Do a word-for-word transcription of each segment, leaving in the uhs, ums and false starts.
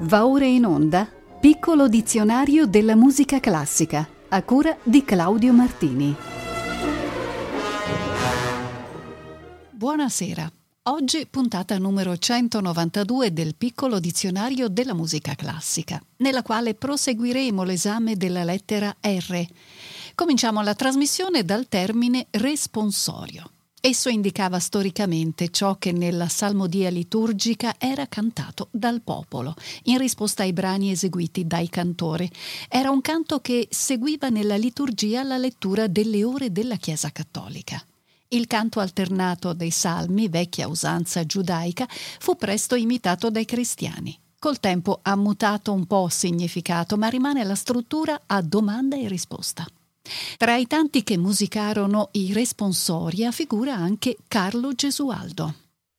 Va ora in onda Piccolo dizionario della musica classica, a cura di Claudio Martini. Buonasera. Oggi puntata numero centonovantadue del Piccolo dizionario della musica classica, nella quale proseguiremo l'esame della lettera R. Cominciamo la trasmissione dal termine responsorio. Esso indicava storicamente ciò che nella salmodia liturgica era cantato dal popolo, in risposta ai brani eseguiti dai cantori. Era un canto che seguiva nella liturgia la lettura delle ore della Chiesa cattolica. Il canto alternato dei salmi, vecchia usanza giudaica, fu presto imitato dai cristiani. Col tempo ha mutato un po' significato, ma rimane la struttura a domanda e risposta. Tra i tanti che musicarono i responsoria figura anche Carlo Gesualdo.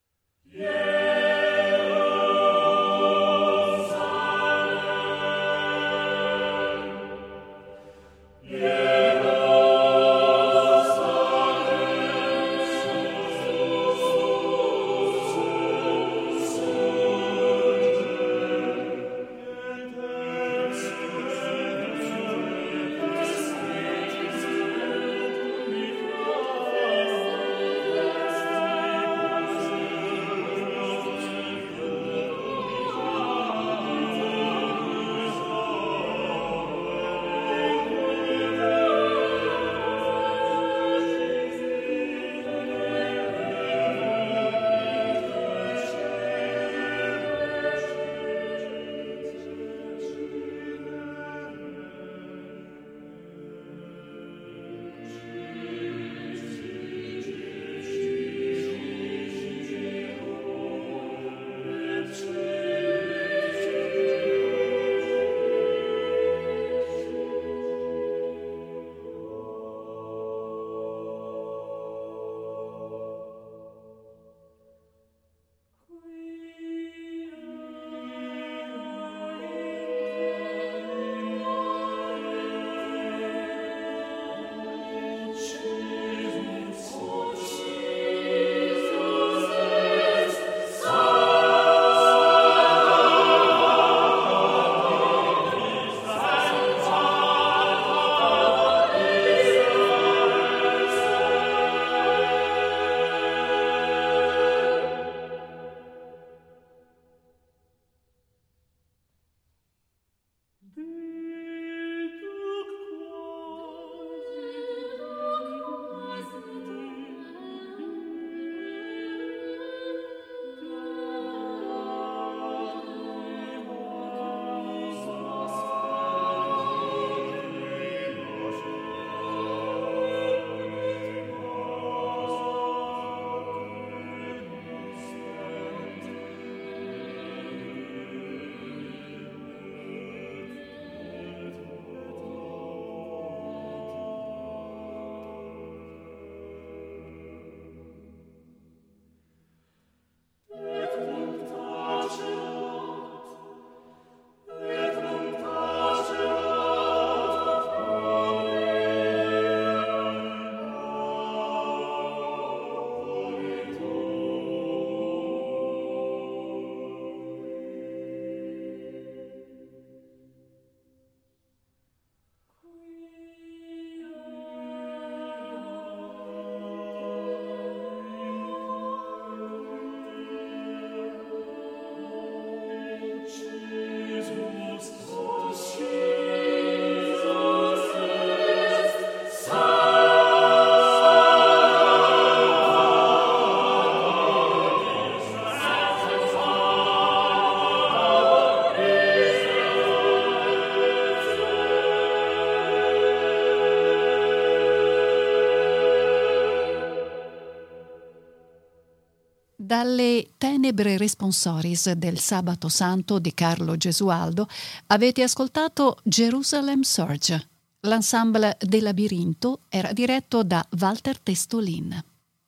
Dalle Tenebre Responsoris del Sabato Santo di Carlo Gesualdo avete ascoltato Jerusalem Surge. L'ensemble del Labirinto era diretto da Walter Testolin.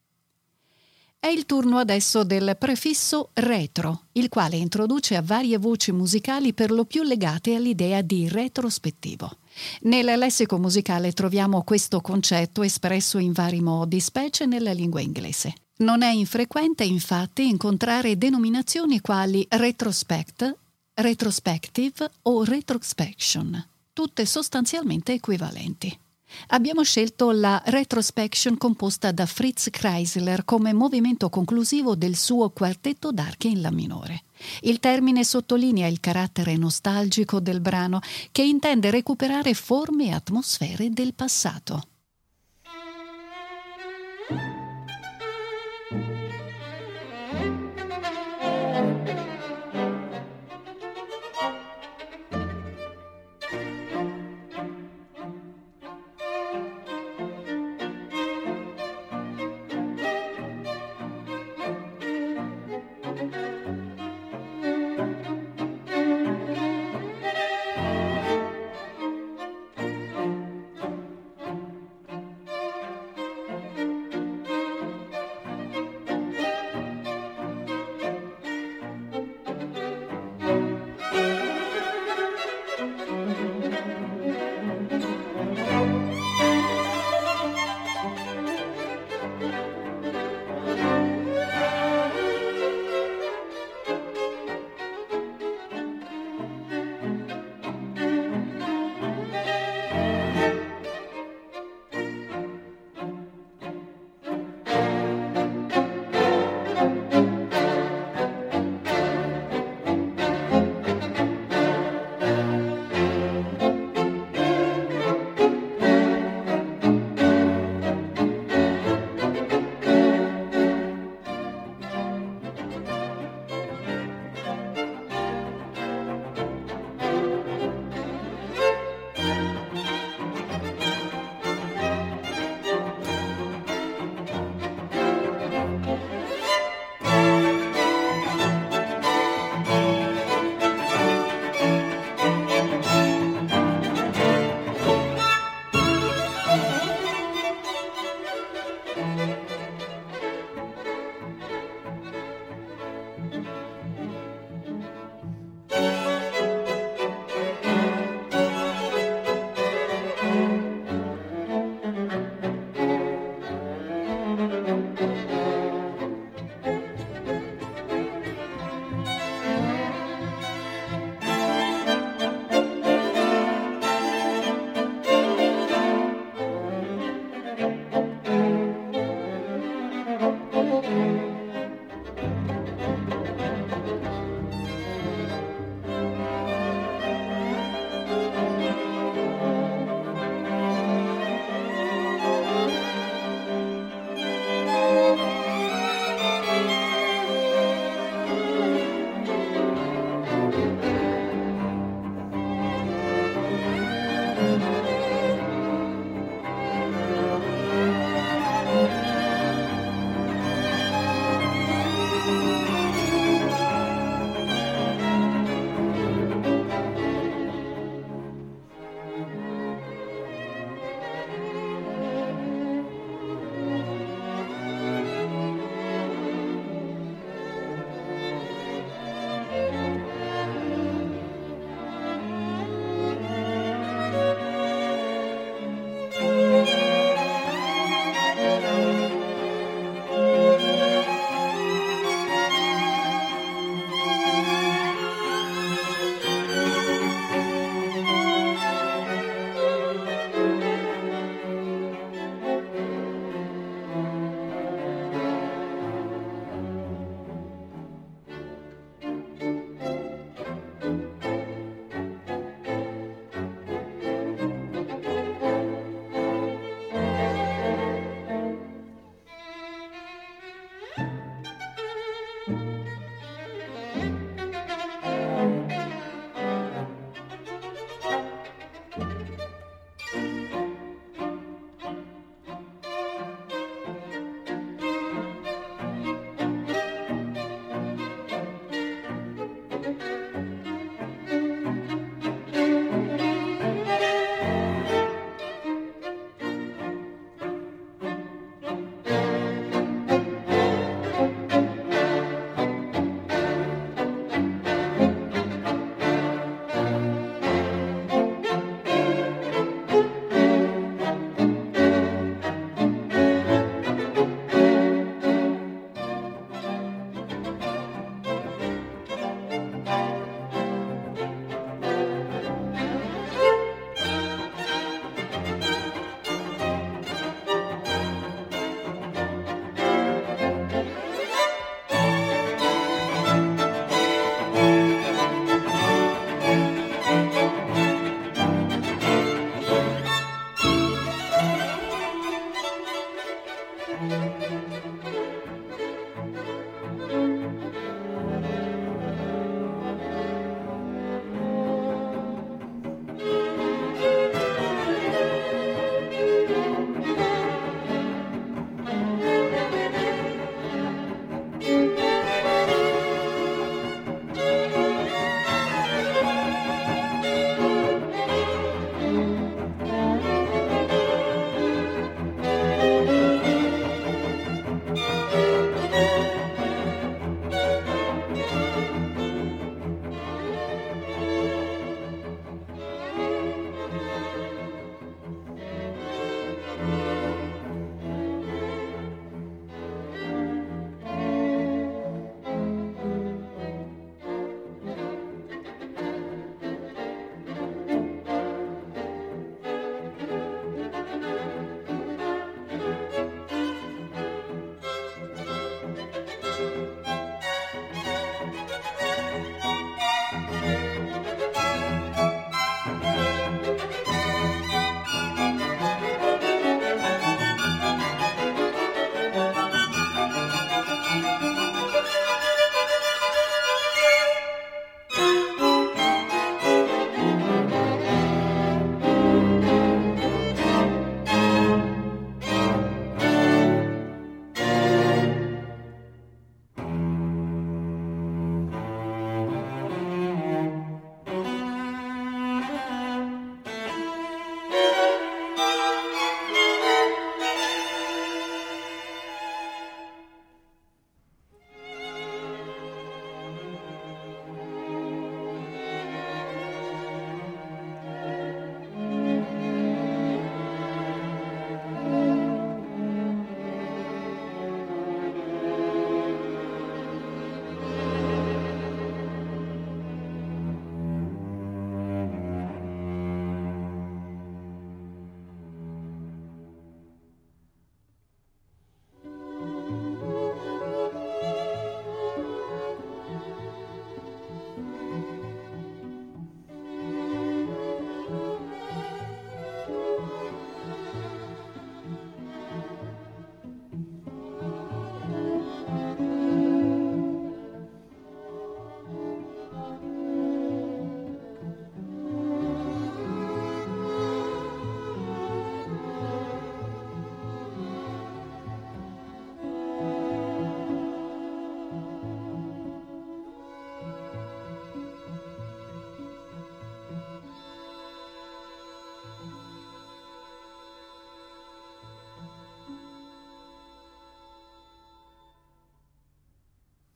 È il turno adesso del prefisso retro, il quale introduce a varie voci musicali per lo più legate all'idea di retrospettivo. Nel lessico musicale troviamo questo concetto espresso in vari modi, specie nella lingua inglese. Non è infrequente, infatti, incontrare denominazioni quali retrospect, retrospective o retrospection, tutte sostanzialmente equivalenti. Abbiamo scelto la retrospection composta da Fritz Kreisler come movimento conclusivo del suo quartetto d'archi in La minore. Il termine sottolinea il carattere nostalgico del brano, che intende recuperare forme e atmosfere del passato.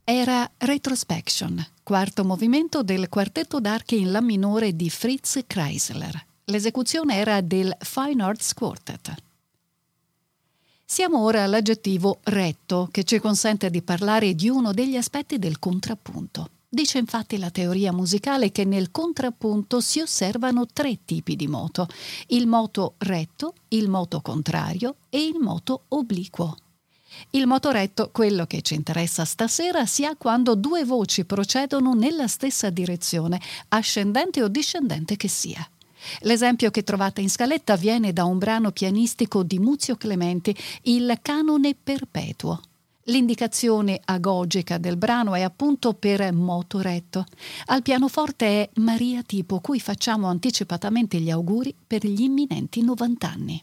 Era Retrospection, quarto movimento del quartetto d'archi in La minore di Fritz Kreisler. L'esecuzione era del Fine Arts Quartet. Siamo ora all'aggettivo retto, che ci consente di parlare di uno degli aspetti del contrappunto. Dice infatti la teoria musicale che nel contrappunto si osservano tre tipi di moto: il moto retto, il moto contrario e il moto obliquo. Il moto retto, quello che ci interessa stasera, si ha quando due voci procedono nella stessa direzione, ascendente o discendente che sia. L'esempio che trovate in scaletta viene da un brano pianistico di Muzio Clementi, il Canone Perpetuo. L'indicazione agogica del brano è appunto per moto retto. Al pianoforte è Maria Tipo, cui facciamo anticipatamente gli auguri per gli imminenti novanta anni.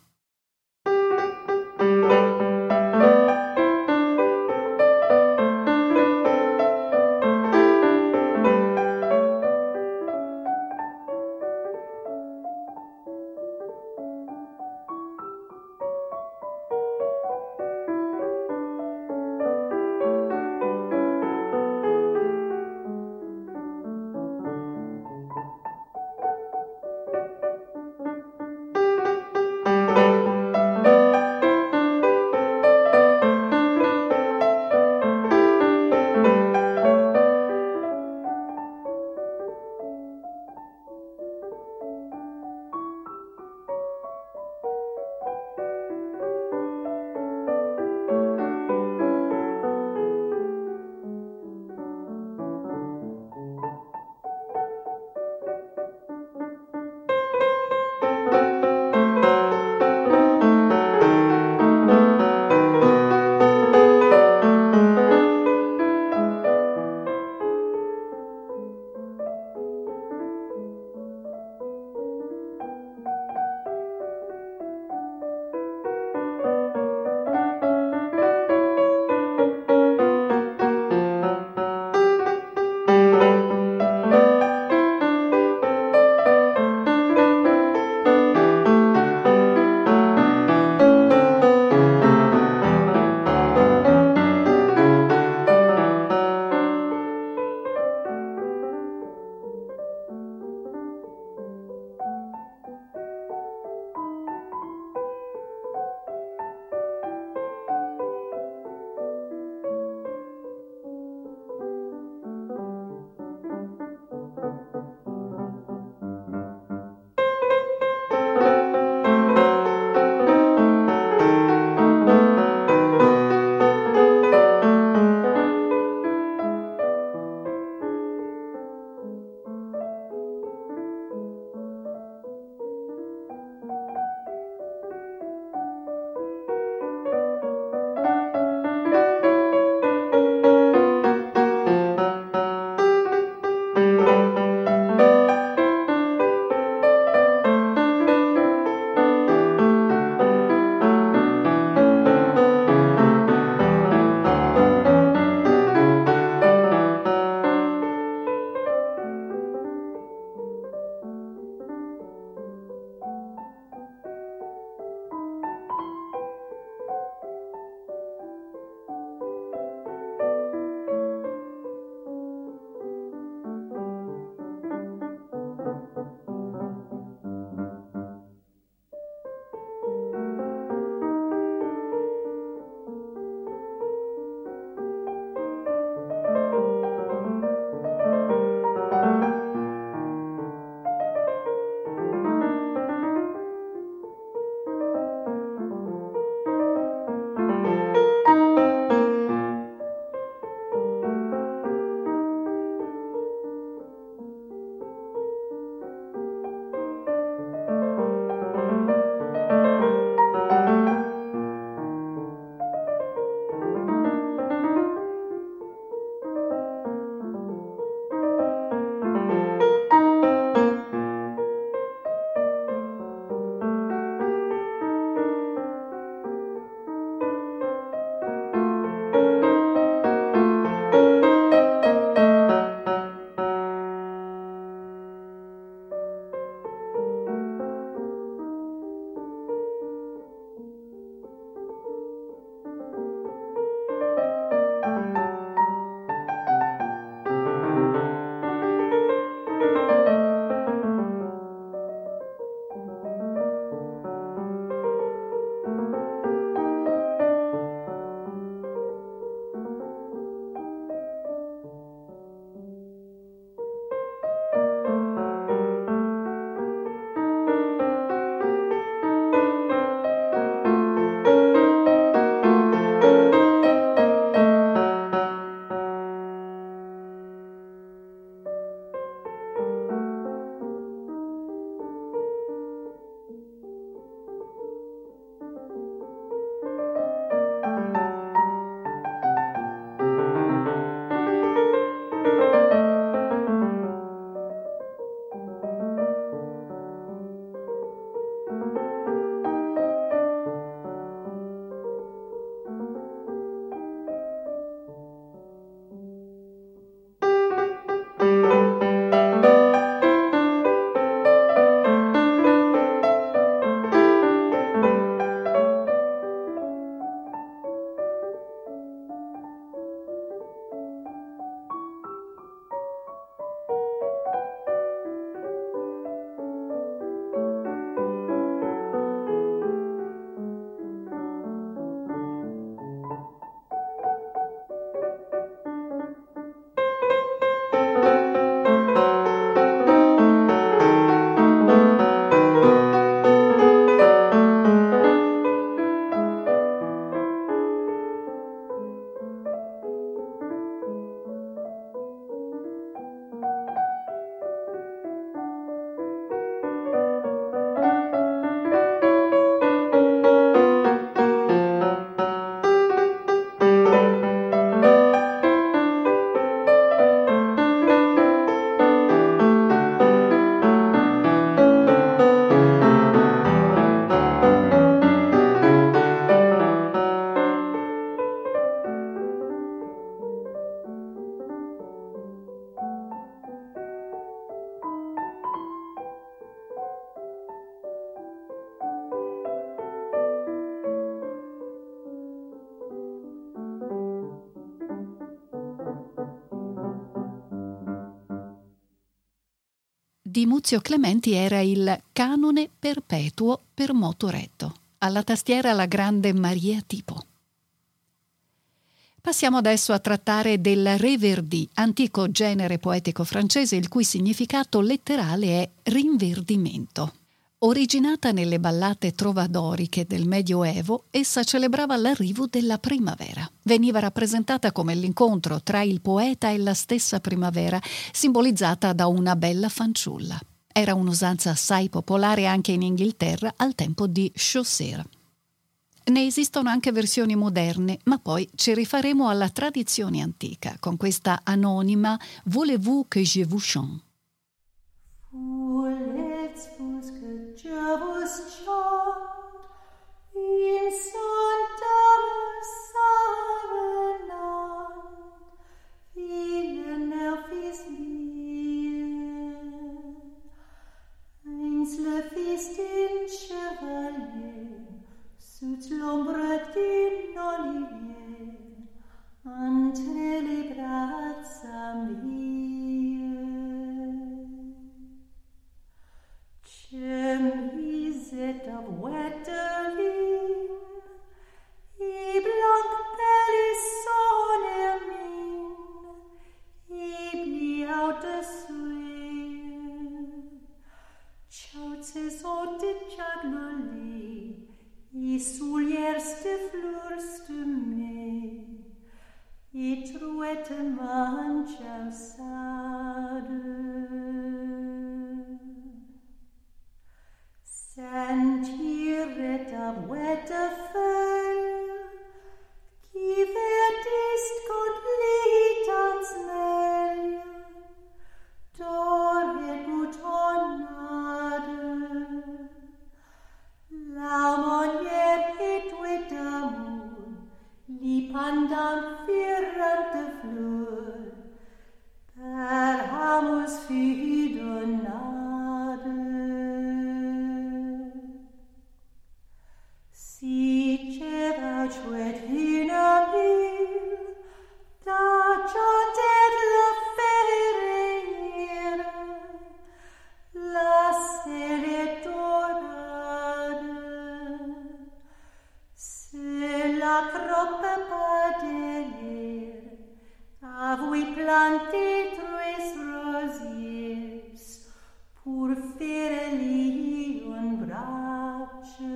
di Muzio Clementi era il Canone perpetuo per moto retto. Alla tastiera la grande Maria Tipo. Passiamo adesso a trattare del reverdi, antico genere poetico francese il cui significato letterale è rinverdimento. Originata nelle ballate trovadoriche del Medioevo, essa celebrava l'arrivo della primavera. Veniva rappresentata come l'incontro tra il poeta e la stessa primavera, simbolizzata da una bella fanciulla. Era un'usanza assai popolare anche in Inghilterra al tempo di Chaucer. Ne esistono anche versioni moderne, ma poi ci rifaremo alla tradizione antica con questa anonima Voulez-vous que je vous chante? Voulez-vous que je vous chante une sonne savenante, Villeneuve fils lieu, Heinz le fils d'un chevalier, sous l'ombre d'un olivier, entre les braccia mie. Chemisette of Wetterlin, et blanc pellisson hermine, et bliaut de suie, chauces de jagloli, et souliers de fleurs de mai, et trouette manchaussade. Sentiret av wette feuille, qui verdist god litans neige, doret boutonade, l'aumonier et douet d'amour, li pendant firant de fleur, per amus fui donade. Si cevacuet in amil, da chantet la ferreire, la sere dorade, se la croppe padelier, avui planté tres rosiers, pour faire li un braccio.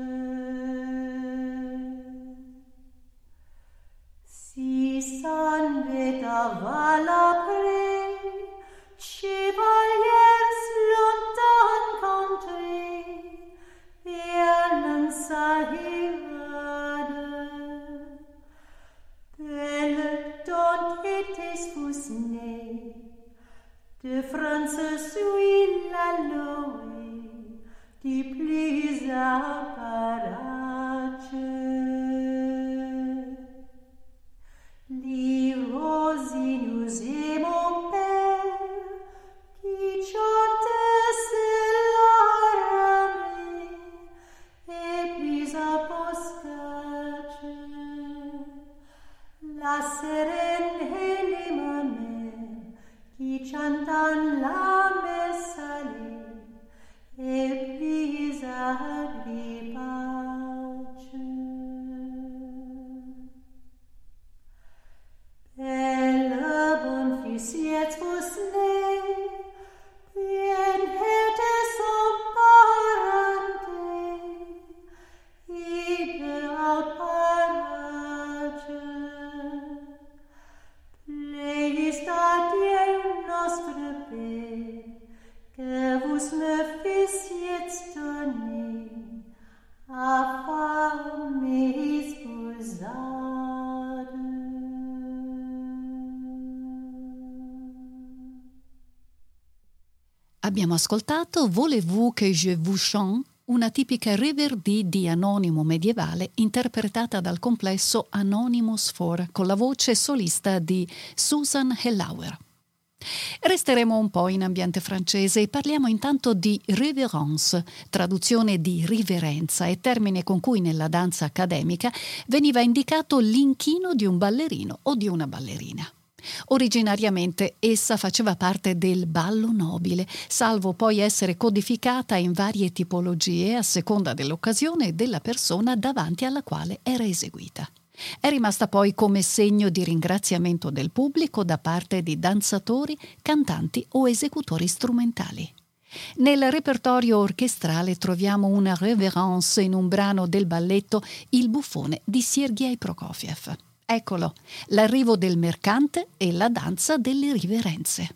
Si s'en va la pré, chevaliers longtemps contrés, viennent s'arrivade. Belle dont étais vous née, de France suis la loée, du plus apparache. Li rosi nous et mon père, qui chantesse la ramée, et puis aposcace, la serene et les mamelles, qui chantant la messe salée, et puis agripace. Belle bonne fille, vous née, bien hätte son parenté, et de haut parage. Pleis à Dieu notre Père, que vous me fissiez donner, afin mes spousades. Abbiamo ascoltato Voulez-vous que je vous chante, una tipica reverdi di Anonimo medievale interpretata dal complesso Anonymous Four con la voce solista di Susan Hellauer. Resteremo un po' in ambiente francese e parliamo intanto di révérence, traduzione di riverenza e termine con cui nella danza accademica veniva indicato l'inchino di un ballerino o di una ballerina. Originariamente essa faceva parte del ballo nobile, salvo poi essere codificata in varie tipologie a seconda dell'occasione e della persona davanti alla quale era eseguita. È rimasta poi come segno di ringraziamento del pubblico da parte di danzatori, cantanti o esecutori strumentali. Nel repertorio orchestrale troviamo una révérence in un brano del balletto Il buffone di Sergei Prokofiev. Eccolo, l'arrivo del mercante e la danza delle riverenze.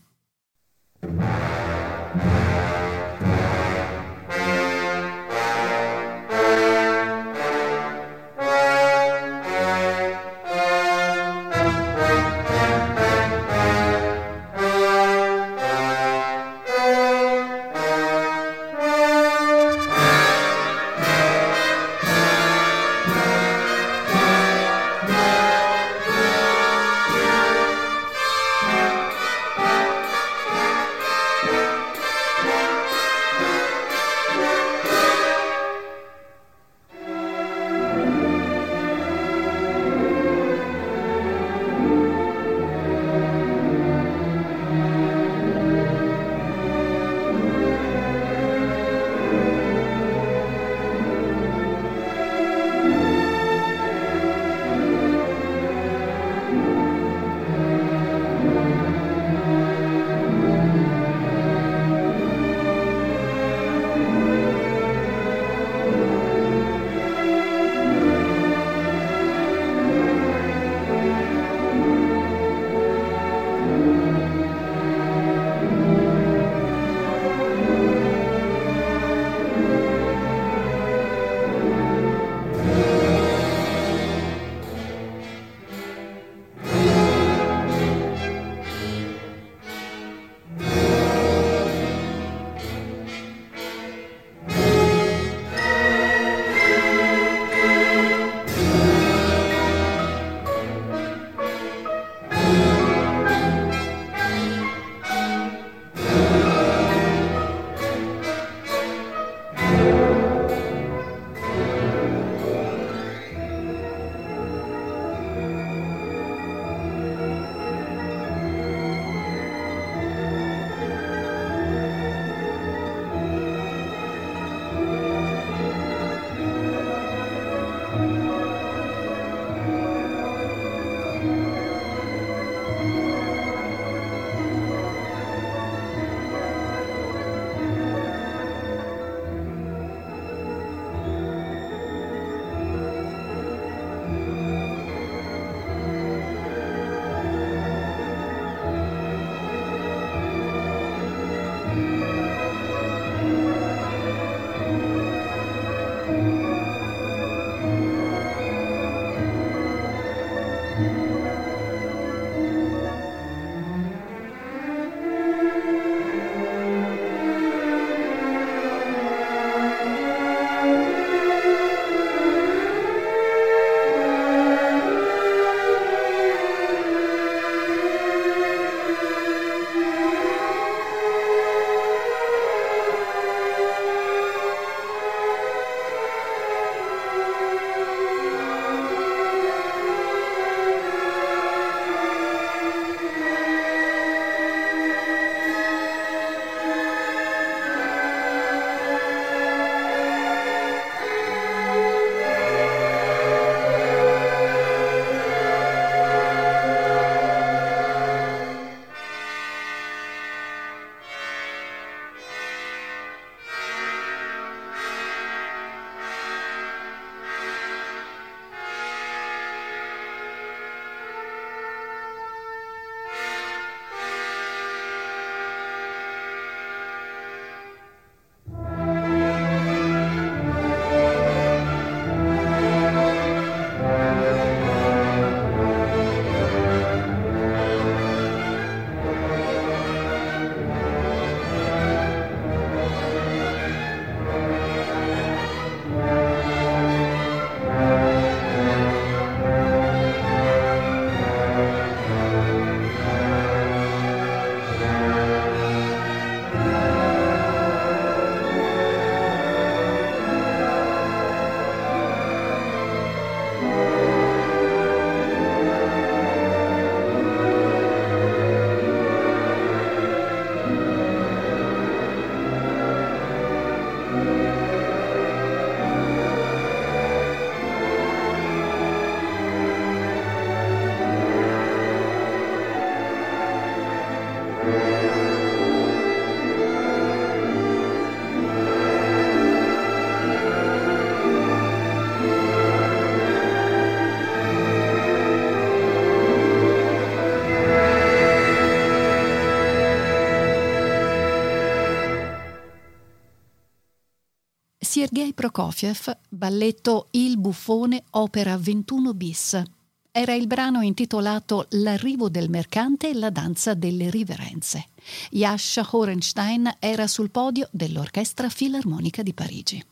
Sergei Prokofiev, balletto Il Buffone, opera ventuno bis. Era il brano intitolato L'arrivo del mercante e la danza delle riverenze. Jascha Horenstein era sul podio dell'Orchestra Filarmonica di Parigi.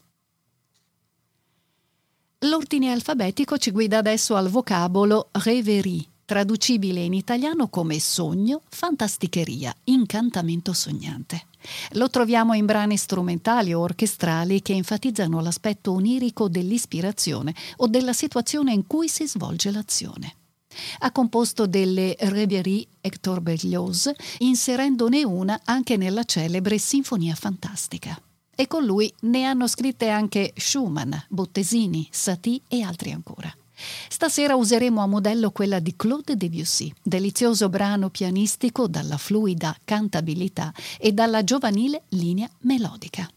L'ordine alfabetico ci guida adesso al vocabolo rêverie, traducibile in italiano come sogno, fantasticheria, incantamento sognante. Lo troviamo in brani strumentali o orchestrali che enfatizzano l'aspetto onirico dell'ispirazione o della situazione in cui si svolge l'azione. Ha composto delle rêveries Hector Berlioz, inserendone una anche nella celebre Sinfonia Fantastica. E con lui ne hanno scritte anche Schumann, Bottesini, Satie e altri ancora. Stasera useremo a modello quella di Claude Debussy, delizioso brano pianistico dalla fluida cantabilità e dalla giovanile linea melodica.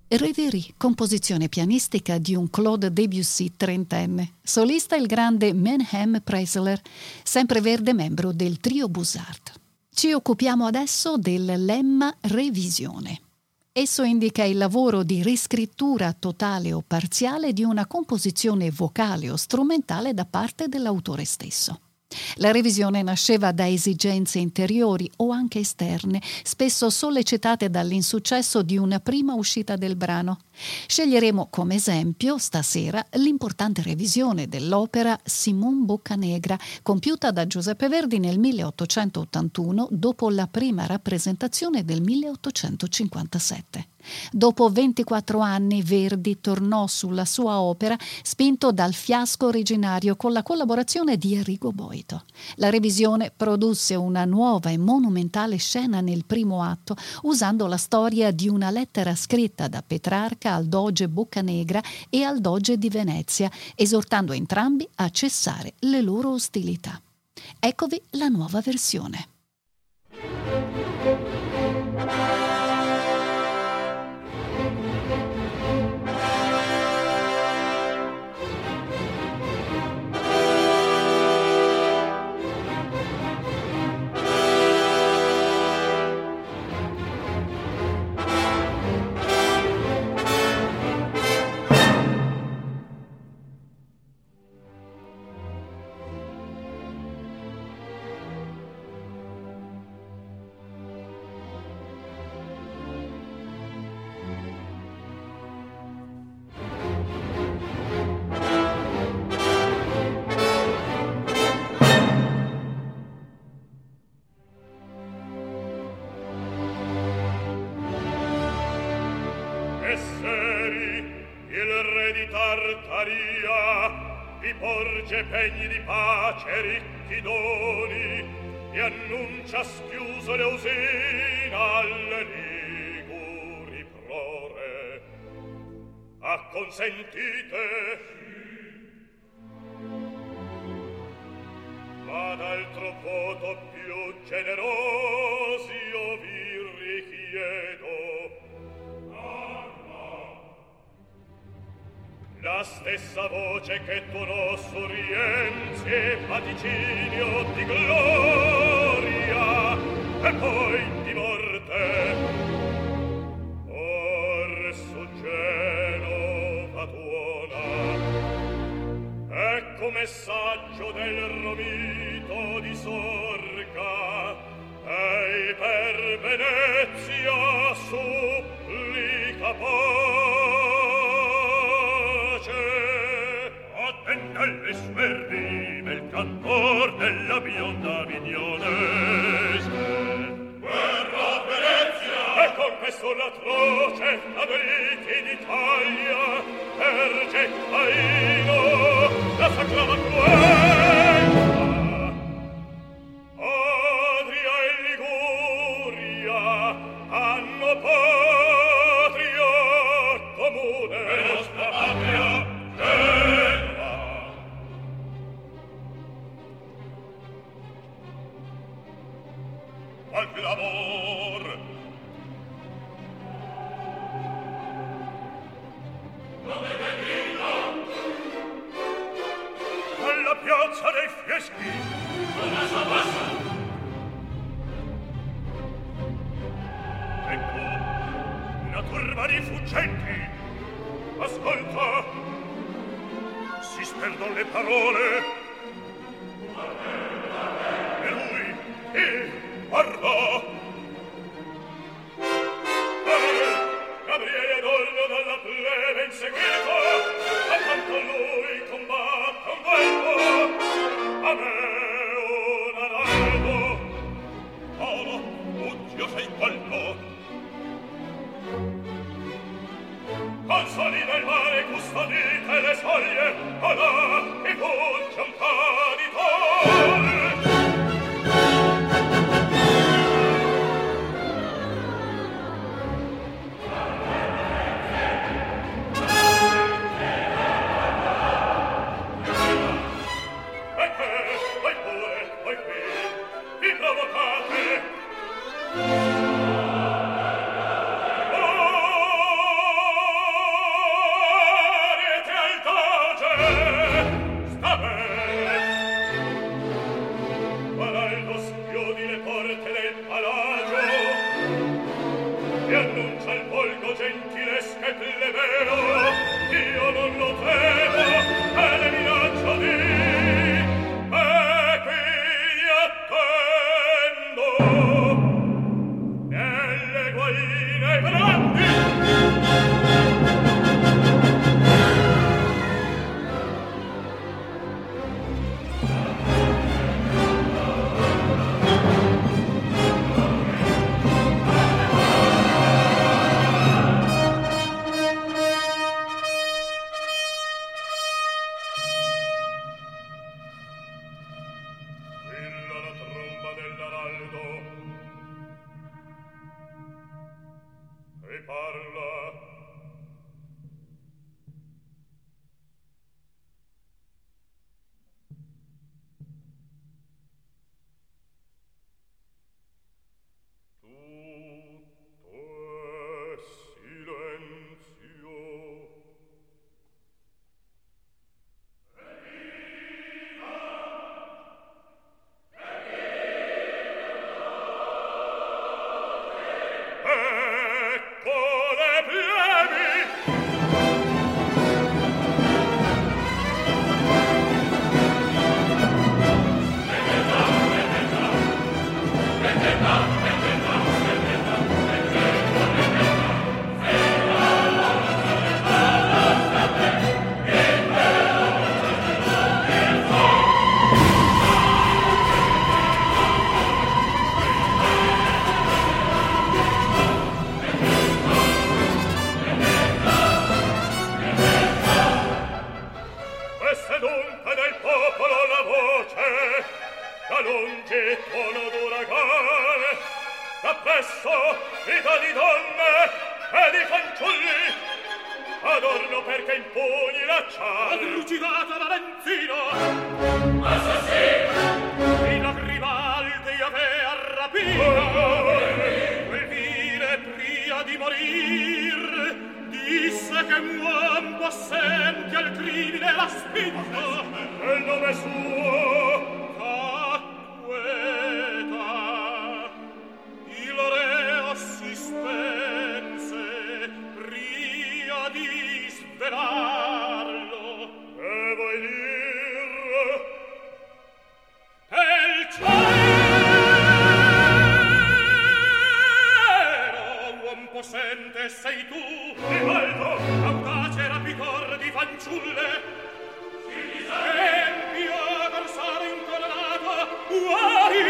Reverie, composizione pianistica di un Claude Debussy trentenne. Solista il grande Menahem Preisler, sempreverde membro del trio Buzzard. Ci occupiamo adesso del lemma revisione. Esso indica il lavoro di riscrittura totale o parziale di una composizione vocale o strumentale da parte dell'autore stesso. La revisione nasceva da esigenze interiori o anche esterne, spesso sollecitate dall'insuccesso di una prima uscita del brano. Sceglieremo come esempio stasera l'importante revisione dell'opera Simon Boccanegra, compiuta da Giuseppe Verdi nel milleottocentottantuno dopo la prima rappresentazione del milleottocentocinquantasette. Dopo ventiquattro anni Verdi tornò sulla sua opera spinto dal fiasco originario con la collaborazione di Arrigo Boito. La revisione produsse una nuova e monumentale scena nel primo atto, usando la storia di una lettera scritta da Petrarca al doge Boccanegra e al doge di Venezia, esortando entrambi a cessare le loro ostilità. Eccovi la nuova versione. Pegni di pace ricchi doni e annuncia schiuso le usine alle liguri prore. Acconsentite, ma d'altro voto più generosi io vi richiedo. La stessa voce che tuonò su Rienzi e vaticinio di gloria e poi di morte, or su Genova tuona. Ecco messaggio del Romito di Sorca, e per Venezia supplica pace. Attenta alle sue rime il cantor della bionda vignonese. Guerra a Venezia! E con questo l'atroce adoliti d'Italia erge Caino la sacrava cruenza. Adria e Liguria hanno patria comune. E nostra patria al clamor. Dove grida? Alla piazza dei Fieschi. Passa, passa. Ecco una turba di fuggenti. Ascolta, si sperdono le parole. E lui, e guarda. Gabriele Dolno dalla plebe inseguito, accanto a lui combatte un volto. A me un araldo. Oh, Muzio sei colto. Consoli del mare custodite le soglie, olà e punge un traditore. Oh! in pugni l'acciaio, Lucidata Valentino, assassino, e la Grimaldi avea rapito, quel vile pria di morir, disse che un uom possente al crimine la spinta, e il nome suo t'acqueta, il reo si spense pria di svelarlo. e vuoi dire E il cielo, uom possente sei tu, Rivaldo, audace rapicor di fanciulle, si empio corsare incoronato, uai!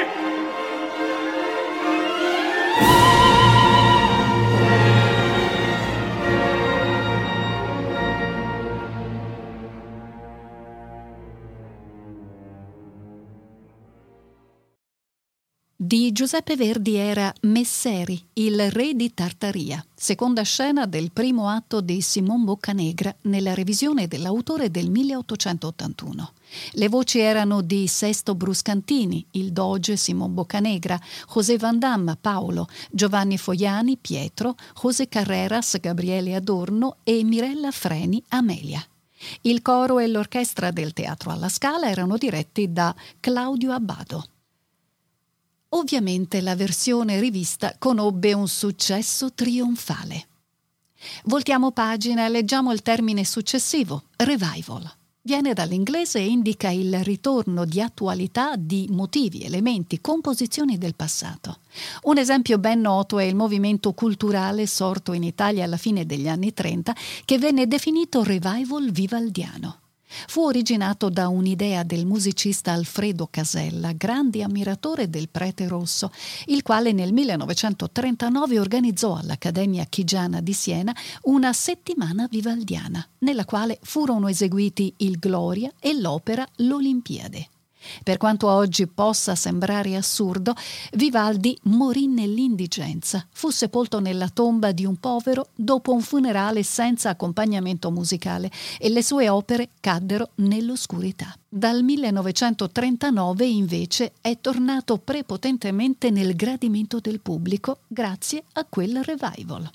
Di Giuseppe Verdi era Messeri, il re di Tartaria, seconda scena del primo atto di Simon Boccanegra nella revisione dell'autore del milleottocentottantuno. Le voci erano di Sesto Bruscantini, il doge Simon Boccanegra, José Van Damme, Paolo, Giovanni Foiani, Pietro, José Carreras, Gabriele Adorno e Mirella Freni, Amelia. Il coro e l'orchestra del Teatro alla Scala erano diretti da Claudio Abbado. Ovviamente la versione rivista conobbe un successo trionfale. Voltiamo pagina e leggiamo il termine successivo, revival. Viene dall'inglese e indica il ritorno di attualità di motivi, elementi, composizioni del passato. Un esempio ben noto è il movimento culturale sorto in Italia alla fine degli anni trenta, che venne definito revival vivaldiano. Fu originato da un'idea del musicista Alfredo Casella, grande ammiratore del Prete Rosso, il quale nel millenovecentotrentanove organizzò all'Accademia Chigiana di Siena una settimana vivaldiana, nella quale furono eseguiti il Gloria e l'opera L'Olimpiade. Per quanto oggi possa sembrare assurdo, Vivaldi morì nell'indigenza, fu sepolto nella tomba di un povero dopo un funerale senza accompagnamento musicale e le sue opere caddero nell'oscurità. Dal millenovecentotrentanove invece è tornato prepotentemente nel gradimento del pubblico grazie a quel revival.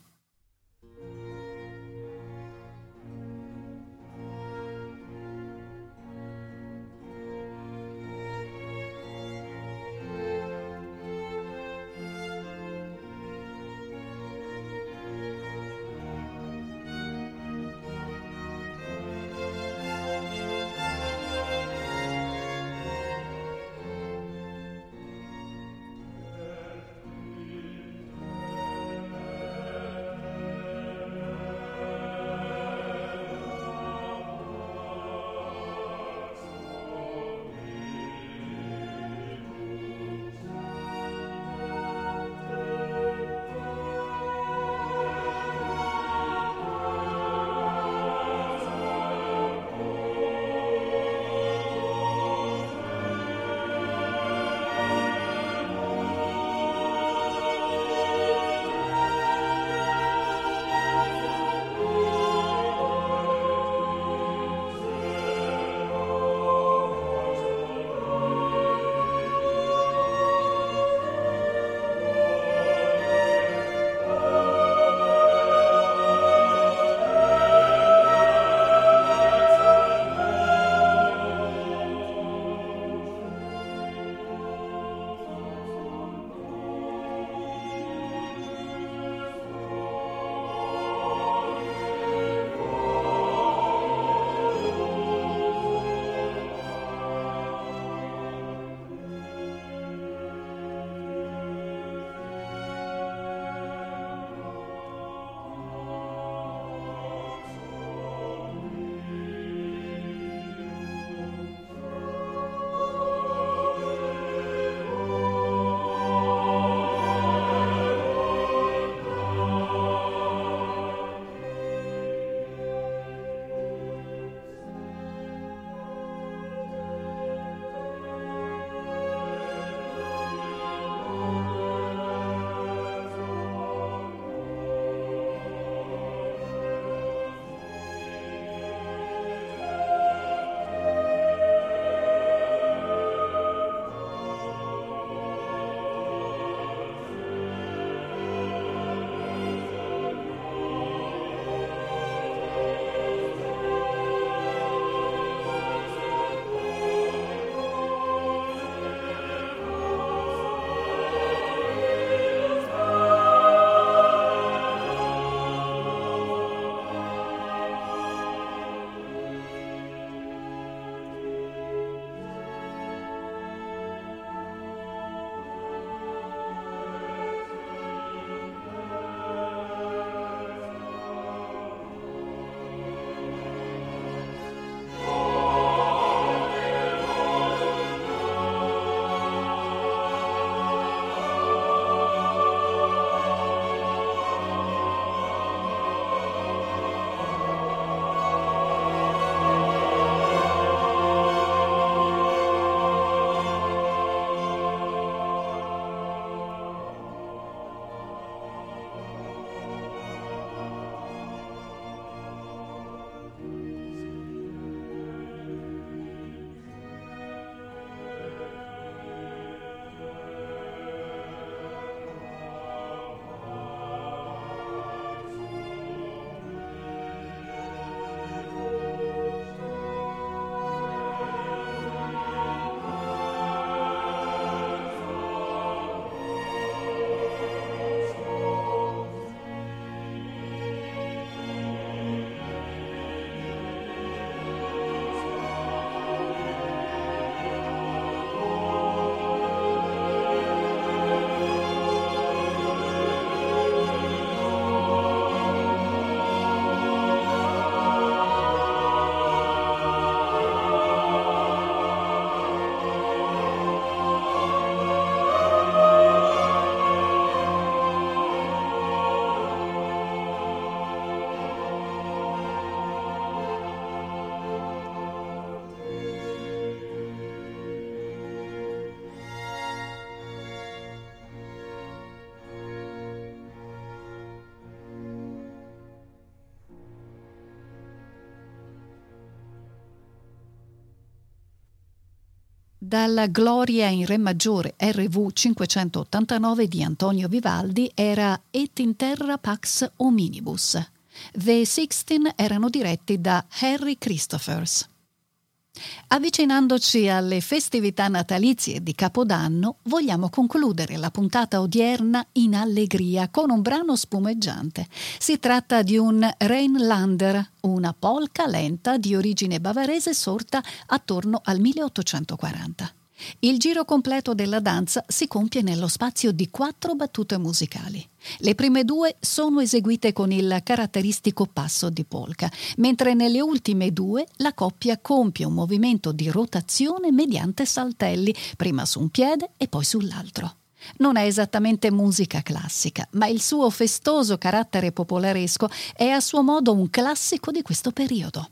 Dalla Gloria in Re maggiore R V cinquecentottantanove di Antonio Vivaldi era Et in terra pax hominibus. The Sixteen erano diretti da Harry Christophers. Avvicinandoci alle festività natalizie di Capodanno, vogliamo concludere la puntata odierna in allegria con un brano spumeggiante. Si tratta di un Rheinlander, una polka lenta di origine bavarese sorta attorno al milleottocentoquaranta. Il giro completo della danza si compie nello spazio di quattro battute musicali. Le prime due sono eseguite con il caratteristico passo di polka, mentre nelle ultime due la coppia compie un movimento di rotazione mediante saltelli, prima su un piede e poi sull'altro. Non è esattamente musica classica, ma il suo festoso carattere popolaresco è a suo modo un classico di questo periodo.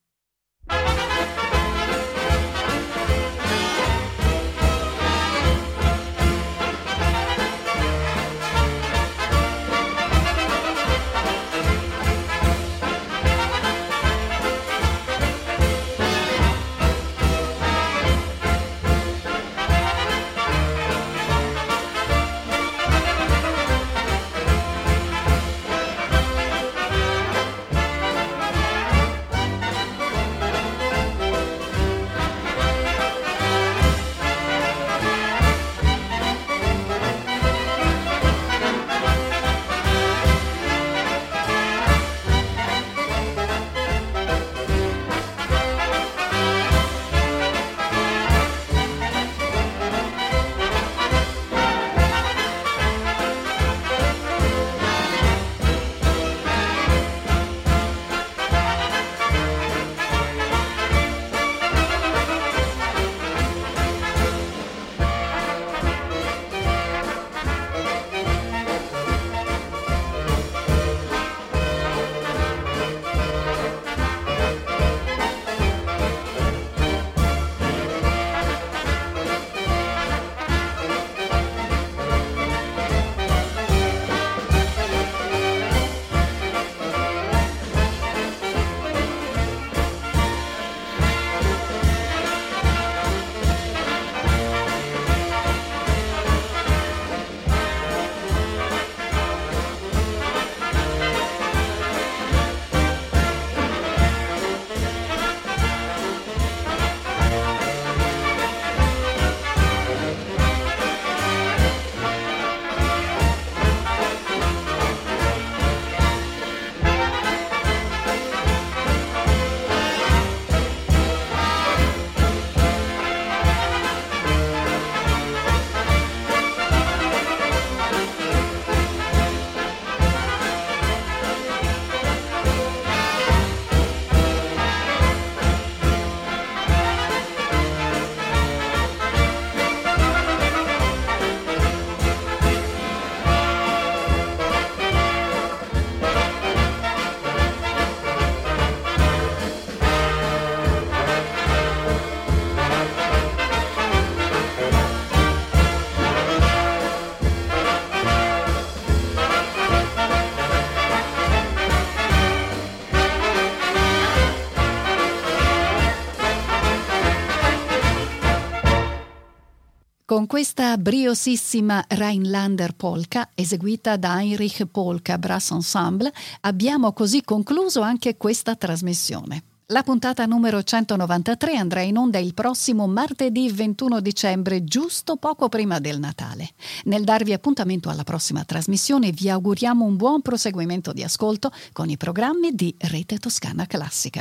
Con questa briosissima Rheinlander polka, eseguita da Heinrich Polka Brass Ensemble, abbiamo così concluso anche questa trasmissione. La puntata numero centonovantatré andrà in onda il prossimo martedì ventuno dicembre, giusto poco prima del Natale. Nel darvi appuntamento alla prossima trasmissione vi auguriamo un buon proseguimento di ascolto con i programmi di Rete Toscana Classica.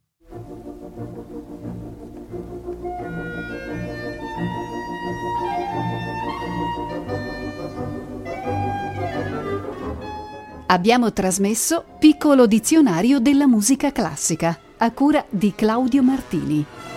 Abbiamo trasmesso Piccolo dizionario della musica classica, a cura di Claudio Martini.